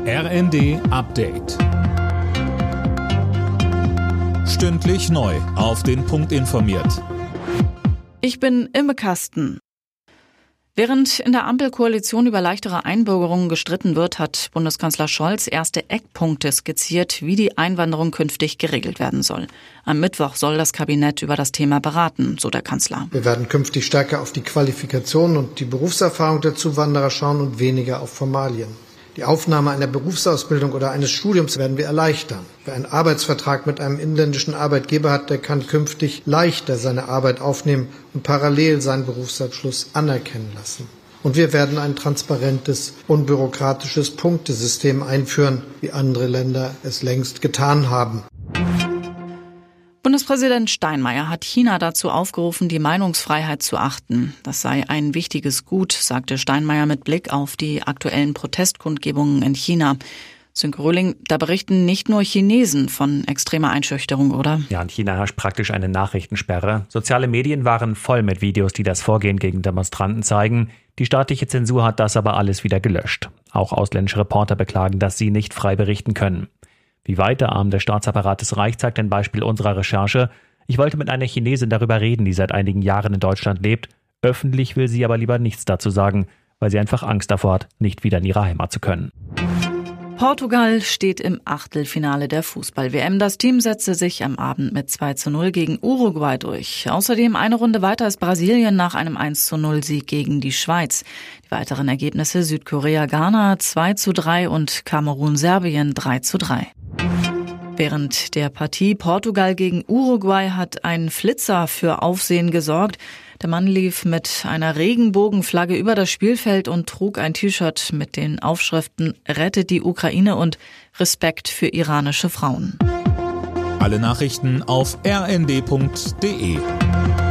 RND Update. Stündlich neu auf den Punkt informiert. Ich bin Imme Kasten. Während in der Ampelkoalition über leichtere Einbürgerungen gestritten wird, hat Bundeskanzler Scholz erste Eckpunkte skizziert, wie die Einwanderung künftig geregelt werden soll. Am Mittwoch soll das Kabinett über das Thema beraten, so der Kanzler. Wir werden künftig stärker auf die Qualifikation und die Berufserfahrung der Zuwanderer schauen und weniger auf Formalien. Die Aufnahme einer Berufsausbildung oder eines Studiums werden wir erleichtern. Wer einen Arbeitsvertrag mit einem inländischen Arbeitgeber hat, der kann künftig leichter seine Arbeit aufnehmen und parallel seinen Berufsabschluss anerkennen lassen. Und wir werden ein transparentes, unbürokratisches Punktesystem einführen, wie andere Länder es längst getan haben. Bundespräsident Steinmeier hat China dazu aufgerufen, die Meinungsfreiheit zu achten. Das sei ein wichtiges Gut, sagte Steinmeier mit Blick auf die aktuellen Protestkundgebungen in China. Sönke Röhling, da berichten nicht nur Chinesen von extremer Einschüchterung, oder? Ja, in China herrscht praktisch eine Nachrichtensperre. Soziale Medien waren voll mit Videos, die das Vorgehen gegen Demonstranten zeigen. Die staatliche Zensur hat das aber alles wieder gelöscht. Auch ausländische Reporter beklagen, dass sie nicht frei berichten können. Wie weit der Arm des Staatsapparates reicht, zeigt ein Beispiel unserer Recherche. Ich wollte mit einer Chinesin darüber reden, die seit einigen Jahren in Deutschland lebt. Öffentlich will sie aber lieber nichts dazu sagen, weil sie einfach Angst davor hat, nicht wieder in ihre Heimat zu können. Portugal steht im Achtelfinale der Fußball-WM. Das Team setzte sich am Abend mit 2:0 gegen Uruguay durch. Außerdem eine Runde weiter ist Brasilien nach einem 1:0-Sieg gegen die Schweiz. Die weiteren Ergebnisse: Südkorea-Ghana 2:3 und Kamerun-Serbien 3:3. Während der Partie Portugal gegen Uruguay hat ein Flitzer für Aufsehen gesorgt. Der Mann lief mit einer Regenbogenflagge über das Spielfeld und trug ein T-Shirt mit den Aufschriften „Rettet die Ukraine" und „Respekt für iranische Frauen". Alle Nachrichten auf rnd.de.